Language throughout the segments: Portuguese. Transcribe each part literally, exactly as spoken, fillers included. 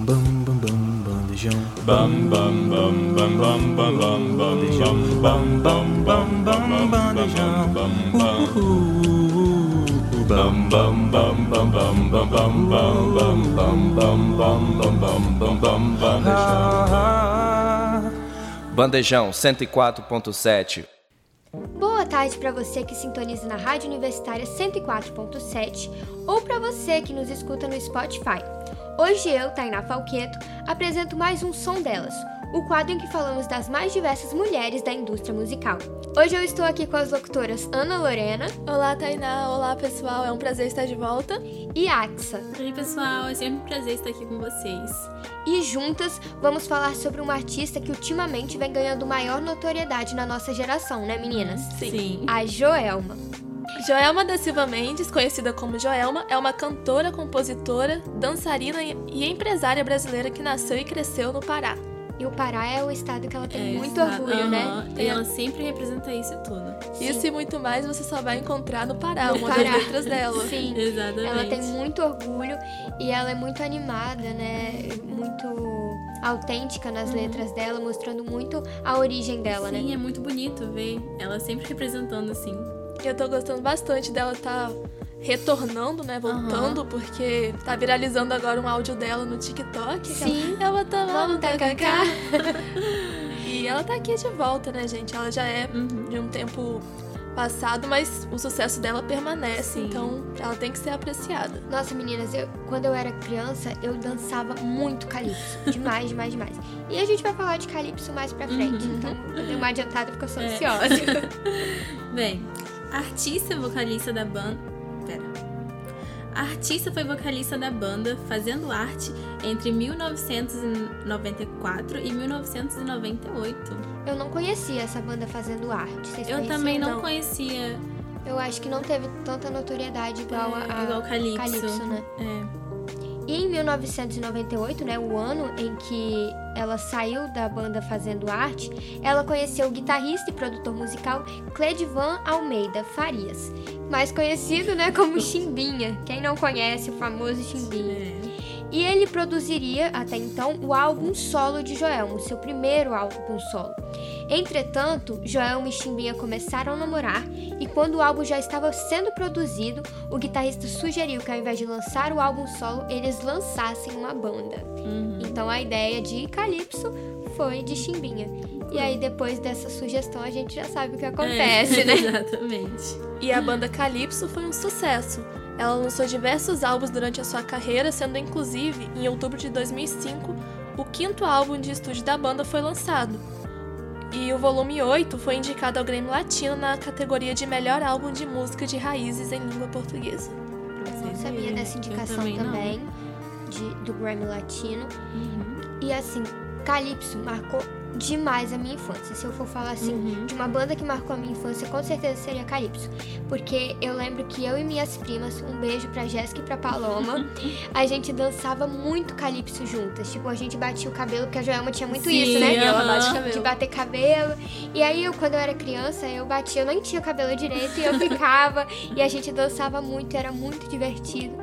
bam bam bam bam bandejão. Bam bam bam bam bam bam bam bandejão. Bam bam bam bam bandejão. Bam bam bam bam bam bam bam bam bam bam bam bam bam bam bam bandejão. Bandejão cento e quatro ponto sete. Boa tarde para você que sintoniza na Rádio Universitária cento e quatro ponto sete ou para você que nos escuta no Spotify. Hoje eu, Tainá Falqueto, apresento mais um Som Delas, o quadro em que falamos das mais diversas mulheres da indústria musical. Hoje eu estou aqui com as locutoras Ana Lorena. Olá, Tainá. Olá, pessoal. É um prazer estar de volta. E Axa. Oi, pessoal. É sempre um prazer estar aqui com vocês. E juntas vamos falar sobre uma artista que ultimamente vem ganhando maior notoriedade na nossa geração, né, meninas? Sim. Sim. A Joelma. Joelma da Silva Mendes, conhecida como Joelma, é uma cantora, compositora, dançarina e empresária brasileira que nasceu e cresceu no Pará. E o Pará é o estado que ela tem É, muito exato. orgulho, Uhum. né? E ela sempre representa isso tudo. Sim. Isso e muito mais você só vai encontrar no Pará, No uma Pará. das letras dela. Sim. Exatamente. Ela tem muito orgulho e ela é muito animada, né? Muito autêntica nas Uhum. letras dela, mostrando muito a origem dela, Sim, né? é muito bonito ver ela sempre representando assim. Eu tô gostando bastante dela tá retornando, né? Voltando, porque tá viralizando agora um áudio dela no TikTok. que Sim. Ela, eu tô Vamos tacar. E ela tá aqui de volta, né, gente? Ela já é Uhum. de um tempo passado, mas o sucesso dela permanece, Sim. então ela tem que ser apreciada. Nossa, meninas, eu, quando eu era criança, eu dançava muito calypso. Demais, demais, demais. E a gente vai falar de calypso mais pra frente, Uhum. então eu dei uma adiantada porque eu sou É. ansiosa. Bem, a artista vocalista da banda... Pera. A artista foi vocalista da banda fazendo arte entre mil novecentos e noventa e quatro e mil novecentos e noventa e oito. Eu não conhecia essa banda fazendo arte. Vocês Eu conheciam? também não, Não. conhecia Eu acho que não teve tanta notoriedade igual a, a igual Calypso. Calypso, né? É. E em mil novecentos e noventa e oito, né, o ano em que ela saiu da banda fazendo arte, ela conheceu o guitarrista e produtor musical Cledivan Almeida Farias, mais conhecido, né, como Chimbinha. Quem não conhece o famoso Chimbinha? É. E ele produziria, até então, o álbum solo de Joelma, o seu primeiro álbum solo. Entretanto, Joelma e Chimbinha começaram a namorar e quando o álbum já estava sendo produzido, o guitarrista sugeriu que ao invés de lançar o álbum solo, eles lançassem uma banda. Uhum. Então a ideia de Calypso foi de Chimbinha. E aí depois dessa sugestão a gente já sabe o que acontece, É, né? Exatamente. E a banda Calypso foi um sucesso. Ela lançou diversos álbuns durante a sua carreira, sendo inclusive, em outubro de dois mil e cinco, o quinto álbum de estúdio da banda foi lançado. E o volume oito foi indicado ao Grammy Latino na categoria de melhor álbum de música de raízes em língua portuguesa. Eu não sabia dessa indicação também não. também, de, do Grammy Latino. Uhum. E assim, Calypso marcou demais a minha infância. Se eu for falar assim, Uhum. de uma banda que marcou a minha infância, com certeza seria Calypso. Porque eu lembro que eu e minhas primas, um beijo pra Jéssica e pra Paloma, a gente dançava muito Calypso juntas. Tipo, a gente batia o cabelo, porque a Joelma tinha muito Sim, isso, né? ela bate aham. cabelo. De bater cabelo. E aí, eu, quando eu era criança, eu batia, eu nem tinha cabelo direito, e eu ficava, e a gente dançava muito, era muito divertido.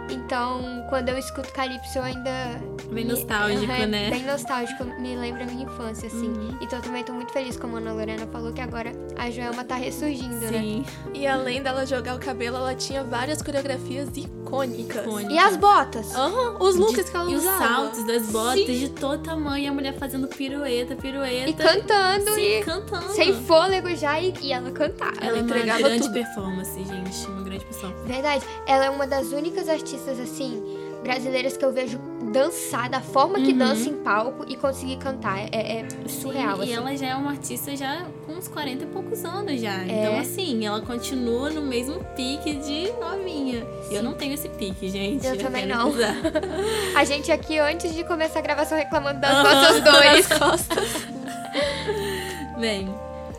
Então, quando eu escuto Calypso, eu ainda... Bem me- nostálgico, Aham, né? Bem nostálgico, me lembra a minha infância, assim. Uhum. Então, eu também tô muito feliz, como a Ana Lorena falou, que agora a Joelma tá ressurgindo, né? Sim. E além dela jogar o cabelo, ela tinha várias coreografias icônicas. Icônica. E as botas? Aham, os looks De- que ela E os usava. saltos das botas Sim. de todo tamanho, a mulher fazendo pirueta, pirueta. E cantando, Sim, e cantando. sem fôlego já, e, e ela cantava. Ela é uma entregava grande tudo. performance, gente. Uma grande pessoa. Verdade. Ela é uma das únicas artistas, assim, brasileiras que eu vejo dançar da forma que Uhum. dança em palco e conseguir cantar. É, é surreal, Sim, assim. E ela já é uma artista já com uns quarenta e poucos anos já. Então, assim, ela continua no mesmo pique de novinha. Sim. Eu não tenho esse pique, gente. Eu também quero não. avisar. A gente aqui, antes de começar a gravação, reclamando das Aham, nossas dores. das costas. Bem,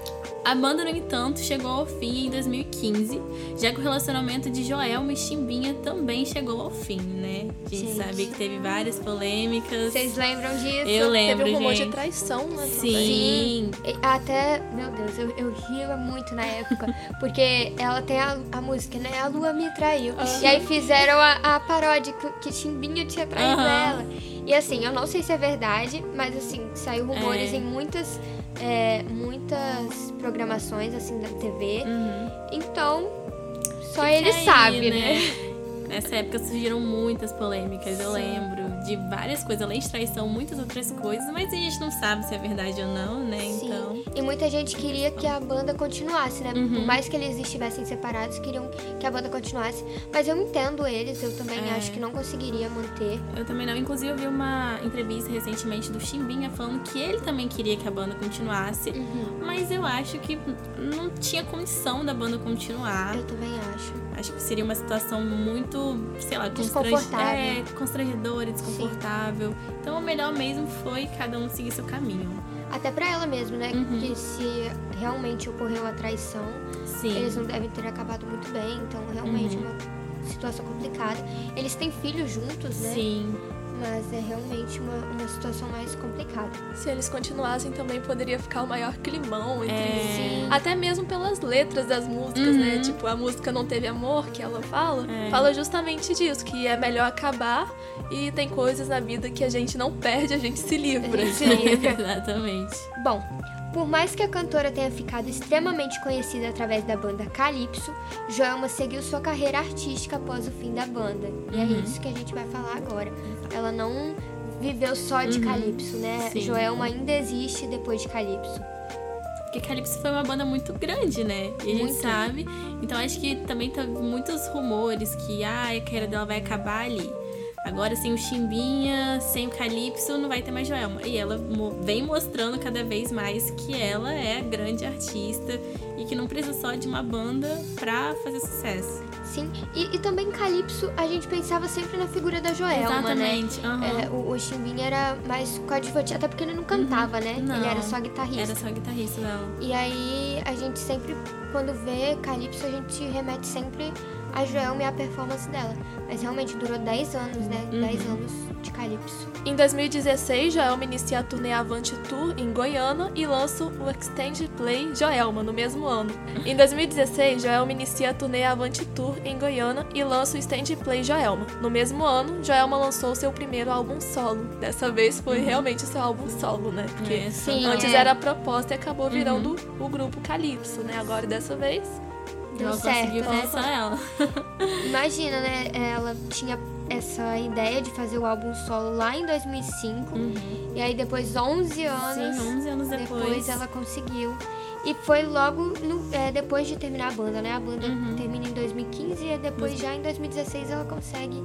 A banda, no entanto, chegou ao fim em dois mil e quinze, já que o relacionamento de Joelma e Chimbinha também chegou ao fim, né? A gente, gente. sabe que teve várias polêmicas. Vocês lembram disso? Eu lembro, Teve um rumor gente. de traição, né? Sim. Sim. Até, meu Deus, eu, eu ria muito na época, porque ela tem a, a música, né? A lua me traiu. Uhum. E aí fizeram a, a paródia que, que Chimbinha tinha traído uhum. ela. E assim, eu não sei se é verdade, mas assim, saiu rumores é. em muitas... É, muitas programações assim da T V. Uhum. Então, só Fica ele aí, sabe, né? né? Nessa época surgiram muitas polêmicas, Sim. eu lembro de várias coisas, além de traição, muitas outras coisas, mas a gente não sabe se é verdade ou não, né? Sim. Então. E muita gente queria que a banda continuasse, né? Uhum. Por mais que eles estivessem separados, queriam que a banda continuasse. Mas eu entendo eles, eu também é. acho que não conseguiria manter. Eu também não. Inclusive, eu vi uma entrevista recentemente do Chimbinha falando que ele também queria que a banda continuasse. Uhum. Mas eu acho que não tinha condição da banda continuar. Eu também acho. Acho que seria uma situação muito, sei lá, desconfortável. É, constrangedora, desconfortável. Sim. Então, o melhor mesmo foi cada um seguir seu caminho. Até pra ela mesmo, né? Uhum. Que se realmente ocorreu a traição, Sim. eles não devem ter acabado muito bem. Então, realmente, uhum. é uma situação complicada. Eles têm filhos juntos, né? Sim. Mas é realmente uma, uma situação mais complicada. Se eles continuassem, também poderia ficar o maior climão entre é. Até mesmo pelas letras das músicas, uhum. né? Tipo, a música Não Teve Amor, que ela fala, é. fala justamente disso, que é melhor acabar e tem coisas na vida que a gente não perde, a gente se livra. A gente se livra. Exatamente. Bom, por mais que a cantora tenha ficado extremamente conhecida através da banda Calypso, Joelma seguiu sua carreira artística após o fim da banda. E uhum. é isso que a gente vai falar agora. Ela não viveu só de uhum. Calypso, né? Sim. Joelma ainda existe depois de Calypso. Porque Calypso foi uma banda muito grande, né? E a gente muito. sabe. Então acho que também teve muitos rumores que ah, a carreira dela vai acabar ali. Agora, sem o Chimbinha, sem o Calypso, não vai ter mais Joelma. E ela vem mostrando cada vez mais que ela é a grande artista e que não precisa só de uma banda pra fazer sucesso. Sim, e, e também Calypso, a gente pensava sempre na figura da Joelma, Exatamente. né? Uhum. É, o, o Chimbinha era mais coadjuvante, até porque ele não cantava, uhum. né? Não, ele era só guitarrista. Era só guitarrista dela. E aí, a gente sempre, quando vê Calypso, a gente remete sempre a Joelma e a performance dela. Mas realmente durou dez anos, né? Uhum. dez anos de Calypso. Em dois mil e dezesseis, Joelma inicia a turnê Avante Tour em Goiânia e lança o Extended Play Joelma no mesmo ano. Em dois mil e dezesseis, Joelma inicia a turnê Avante Tour em Goiânia e lança o Extended Play Joelma. No mesmo ano, Joelma lançou seu primeiro álbum solo. Dessa vez foi uhum. realmente seu álbum solo, né? Porque é, sim, antes é. era a proposta e acabou virando uhum. o grupo Calypso, né? Agora, dessa vez... Deu ela certo, conseguiu né? lançar ela. Imagina, né? Ela tinha essa ideia de fazer o álbum solo lá em dois mil e cinco. Uhum. E aí depois, onze anos, Sim, onze anos depois. depois ela conseguiu. E foi logo no, é, depois de terminar a banda, né? A banda uhum. termina em dois mil e quinze e depois uhum. já em dois mil e dezesseis ela consegue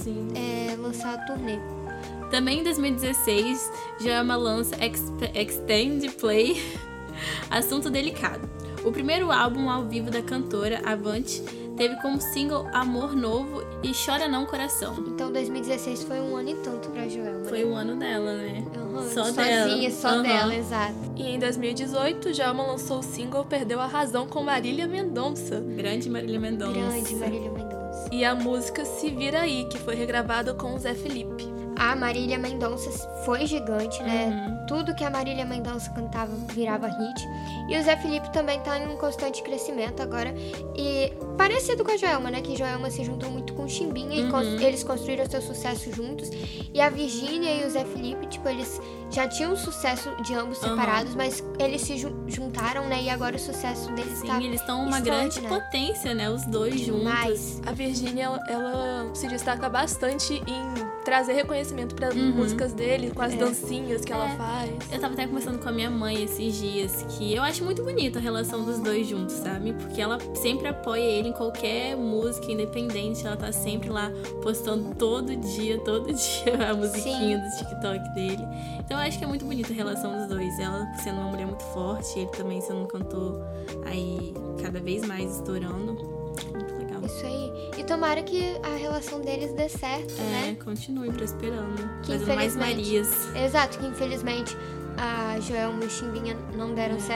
é, lançar a turnê. Também em dois mil e dezesseis, Joelma lança Extended Play, Assunto Delicado. O primeiro álbum ao vivo da cantora, Avante, teve como single Amor Novo e Chora Não Coração. Então dois mil e dezesseis foi um ano e tanto pra Joelma. Foi né? o ano dela, né? Uhum, só sozinha, dela. só uhum. dela, exato. E em dois mil e dezoito, Joelma lançou o single Perdeu a Razão com Marília Mendonça. Grande Marília Mendonça. Grande Marília Mendonça. E a música Se Vira Aí, que foi regravada com o Zé Felipe. A Marília Mendonça foi gigante, né? Uhum. Tudo que a Marília Mendonça cantava virava hit. E o Zé Felipe também tá em um constante crescimento agora. E parecido com a Joelma, né? Que Joelma se juntou muito com o Chimbinha uhum. e cons- eles construíram seu sucesso juntos. E a Virgínia e o Zé Felipe, tipo, eles já tinham um sucesso de ambos uhum. separados, mas eles se ju- juntaram, né? E agora o sucesso deles Sim, tá eles estão uma grande potência, né? Os dois juntos. Mas a Virgínia, ela, ela se destaca bastante em trazer reconhecimento para uhum. músicas dele, com as é. dancinhas que é. ela faz. Eu tava até conversando com a minha mãe esses dias, que eu acho muito bonita a relação dos dois juntos, sabe? Porque ela sempre apoia ele em qualquer música independente, ela tá sempre lá postando todo dia, todo dia a musiquinha Sim. do TikTok dele. Então eu acho que é muito bonita a relação dos dois. Ela sendo uma mulher muito forte, ele também sendo um cantor aí cada vez mais estourando. Muito legal. isso aí. E tomara que a relação deles dê certo, É, né? continue prosperando. Que Fazendo mais infelizmente- Marias. Exato, que infelizmente a Joelma e o Chimbinha não deram É. certo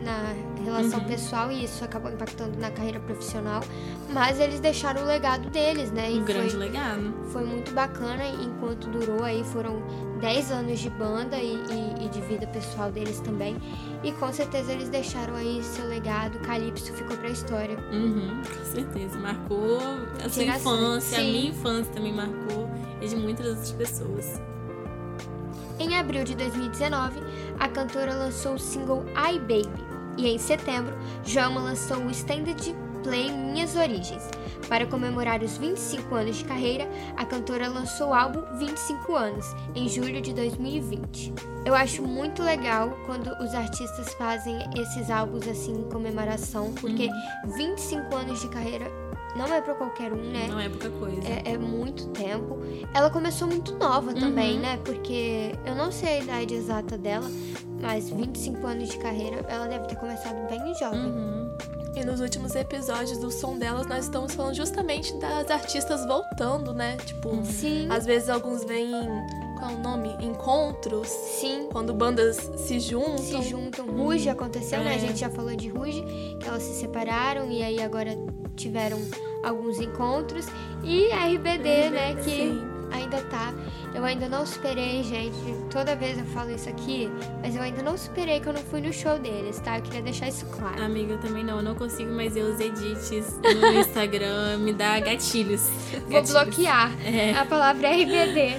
na relação Uhum. pessoal e isso acabou impactando na carreira profissional, mas eles deixaram o legado deles, né? E Um grande foi, legado. foi muito bacana enquanto durou aí, foram dez anos de banda e, e, e de vida pessoal deles também. E com certeza eles deixaram aí seu legado, Calypso ficou pra história. Uhum, com certeza. Marcou a sua Geração. infância, a Sim. minha infância também marcou, e de muitas outras pessoas. Em abril de dois mil e dezenove, a cantora lançou o single I, Baby. E em setembro, Joelma lançou o Extended Play Minhas Origens. Para comemorar os vinte e cinco anos de carreira, a cantora lançou o álbum vinte e cinco anos, em julho de dois mil e vinte. Eu acho muito legal quando os artistas fazem esses álbuns assim em comemoração, porque vinte e cinco anos de carreira não é pra qualquer um, né? Não é pouca coisa. É, é muito tempo. Ela começou muito nova também, Uhum. né? Porque eu não sei a idade exata dela, mas vinte e cinco anos de carreira, ela deve ter começado bem jovem. Uhum. E nos últimos episódios do Som Delas, nós estamos falando justamente das artistas voltando, né? Tipo, Sim, às vezes alguns vêm em, qual é o nome? Encontros. sim. Quando bandas se juntam. Se juntam. Ruge aconteceu, né? A É. gente já falou de Ruge, que elas se separaram e aí agora tiveram alguns encontros. E a R B D, né? Que Sim. ainda tá. Eu ainda não superei, gente. Toda vez eu falo isso aqui, mas eu ainda não superei que eu não fui no show deles, tá? Eu queria deixar isso claro. Amiga, eu também não. Eu não consigo mais ver os edits no Instagram. Me dá gatilhos. Vou Gatilhos. bloquear. É. A palavra é R B D.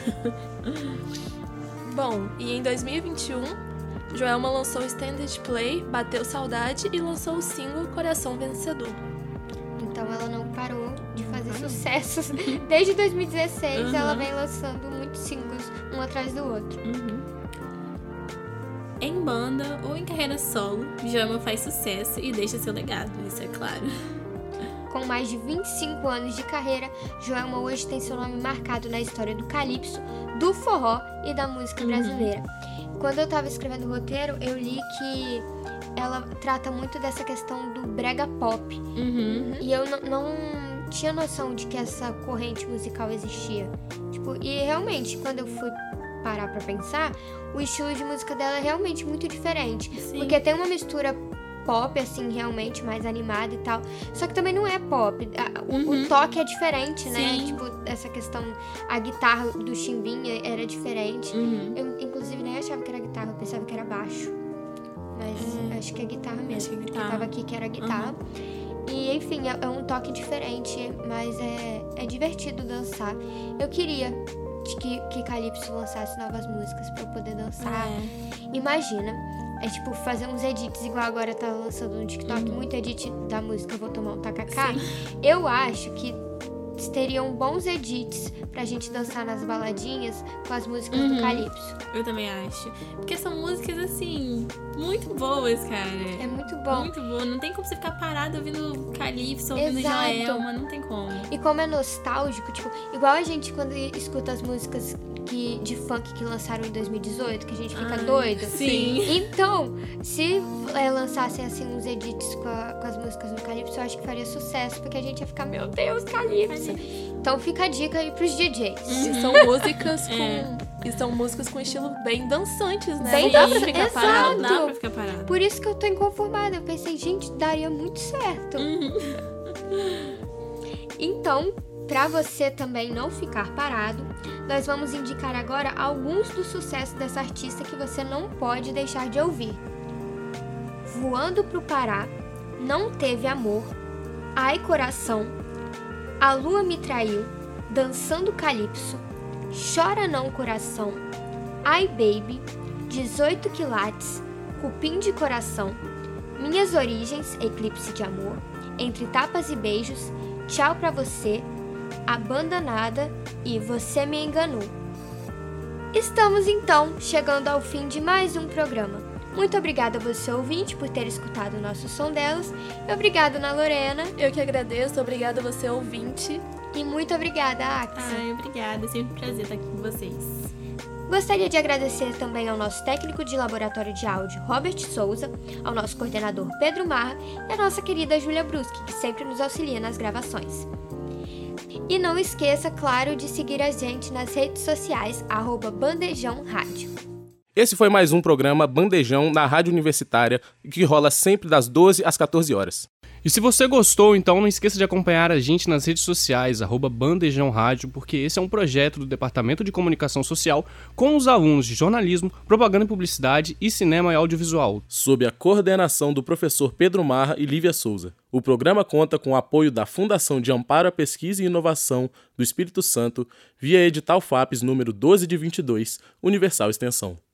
Bom, e em dois mil e vinte e um, Joelma lançou o Extended Play, Bateu Saudade e lançou o single Coração Vencedor. Então ela não parou de fazer sucessos. Desde dois mil e dezesseis Uhum. ela vem lançando muitos singles, um atrás do outro. Uhum. Em banda ou em carreira solo, Joelma faz sucesso e deixa seu legado, isso é claro. Com mais de vinte e cinco anos de carreira, Joelma hoje tem seu nome marcado na história do calypso, do forró e da música Uhum. brasileira. Quando eu tava escrevendo o roteiro, eu li que ela trata muito dessa questão do brega pop. Uhum. E eu n- não tinha noção de que essa corrente musical existia. Tipo, e realmente, quando eu fui parar pra pensar, o estilo de música dela é realmente muito diferente. Sim. Porque tem uma mistura pop, assim, realmente mais animada e tal. Só que também não é pop. A- O, o Uhum. toque é diferente, né? Sim. Tipo, essa questão... A guitarra do Chimbinha era diferente. Uhum. Eu, inclusive, nem achava que era guitarra. Eu pensava que era baixo. Mas É. acho que é guitarra mesmo. Acho que é porque guitarra. tava aqui que era guitarra. E, enfim, é, é um toque diferente, mas é, é divertido dançar. Eu queria que, que Calypso lançasse novas músicas pra eu poder dançar. É. Imagina, é tipo fazer uns edits, igual agora tá lançando no TikTok, muito edit da música Vou Tomar um Tacacá. Eu acho que teriam bons edits pra gente dançar nas baladinhas com as músicas do Uhum. Calypso. Eu também acho. Porque são músicas, assim, muito boas, cara. É muito bom. Muito boa. Não tem como você ficar parado ouvindo Calypso, ouvindo Exato. Joelma. Não tem como. E como é nostálgico, tipo, igual a gente quando escuta as músicas que, de funk que lançaram em dois mil e dezoito, que a gente fica Ai, doido. sim. Então, se é, lançassem assim uns edits com, a- com as músicas do Calypso, eu acho que faria sucesso, porque a gente ia ficar, meu Deus, Calypso. Então fica a dica aí pros D Js. E são músicas com. É. E são músicas com estilo bem dançantes, né? Bem Não dá pra dança- ficar exato. parado. Não dá pra ficar parado. Por isso que eu tô inconformada. Eu pensei, gente, daria muito certo. Então, pra você também não ficar parado, nós vamos indicar agora alguns dos sucessos dessa artista que você não pode deixar de ouvir. Voando pro Pará, Não Teve Amor, Ai Coração, A Lua Me Traiu, Dançando Calypso, Chora Não Coração, Ai Baby, dezoito quilates, Cupim de Coração, Minhas Origens, Eclipse de Amor, Entre Tapas e Beijos, Tchau Pra Você, Abandonada e Você Me Enganou. Estamos então chegando ao fim de mais um programa. Muito obrigada a você, ouvinte, por ter escutado o nosso Som Delas. Obrigada, Ana Lorena. Eu que agradeço, obrigada a você, ouvinte. E muito obrigada, Axa. Ai, obrigada. É sempre um prazer estar aqui com vocês. Gostaria de agradecer também ao nosso técnico de laboratório de áudio, Robert Souza, ao nosso coordenador Pedro Marra e à nossa querida Júlia Bruschi, que sempre nos auxilia nas gravações. E não esqueça, claro, de seguir a gente nas redes sociais, arroba Bandejão Rádio. Esse foi mais um programa Bandejão na Rádio Universitária, que rola sempre das doze às quatorze horas. E se você gostou, então não esqueça de acompanhar a gente nas redes sociais, arroba Bandejão Rádio, porque esse é um projeto do Departamento de Comunicação Social com os alunos de jornalismo, propaganda e publicidade e cinema e audiovisual. Sob a coordenação do professor Pedro Marra e Lívia Souza. O programa conta com o apoio da Fundação de Amparo à Pesquisa e Inovação do Espírito Santo, via edital FAPES número doze de vinte e dois, Universal Extensão.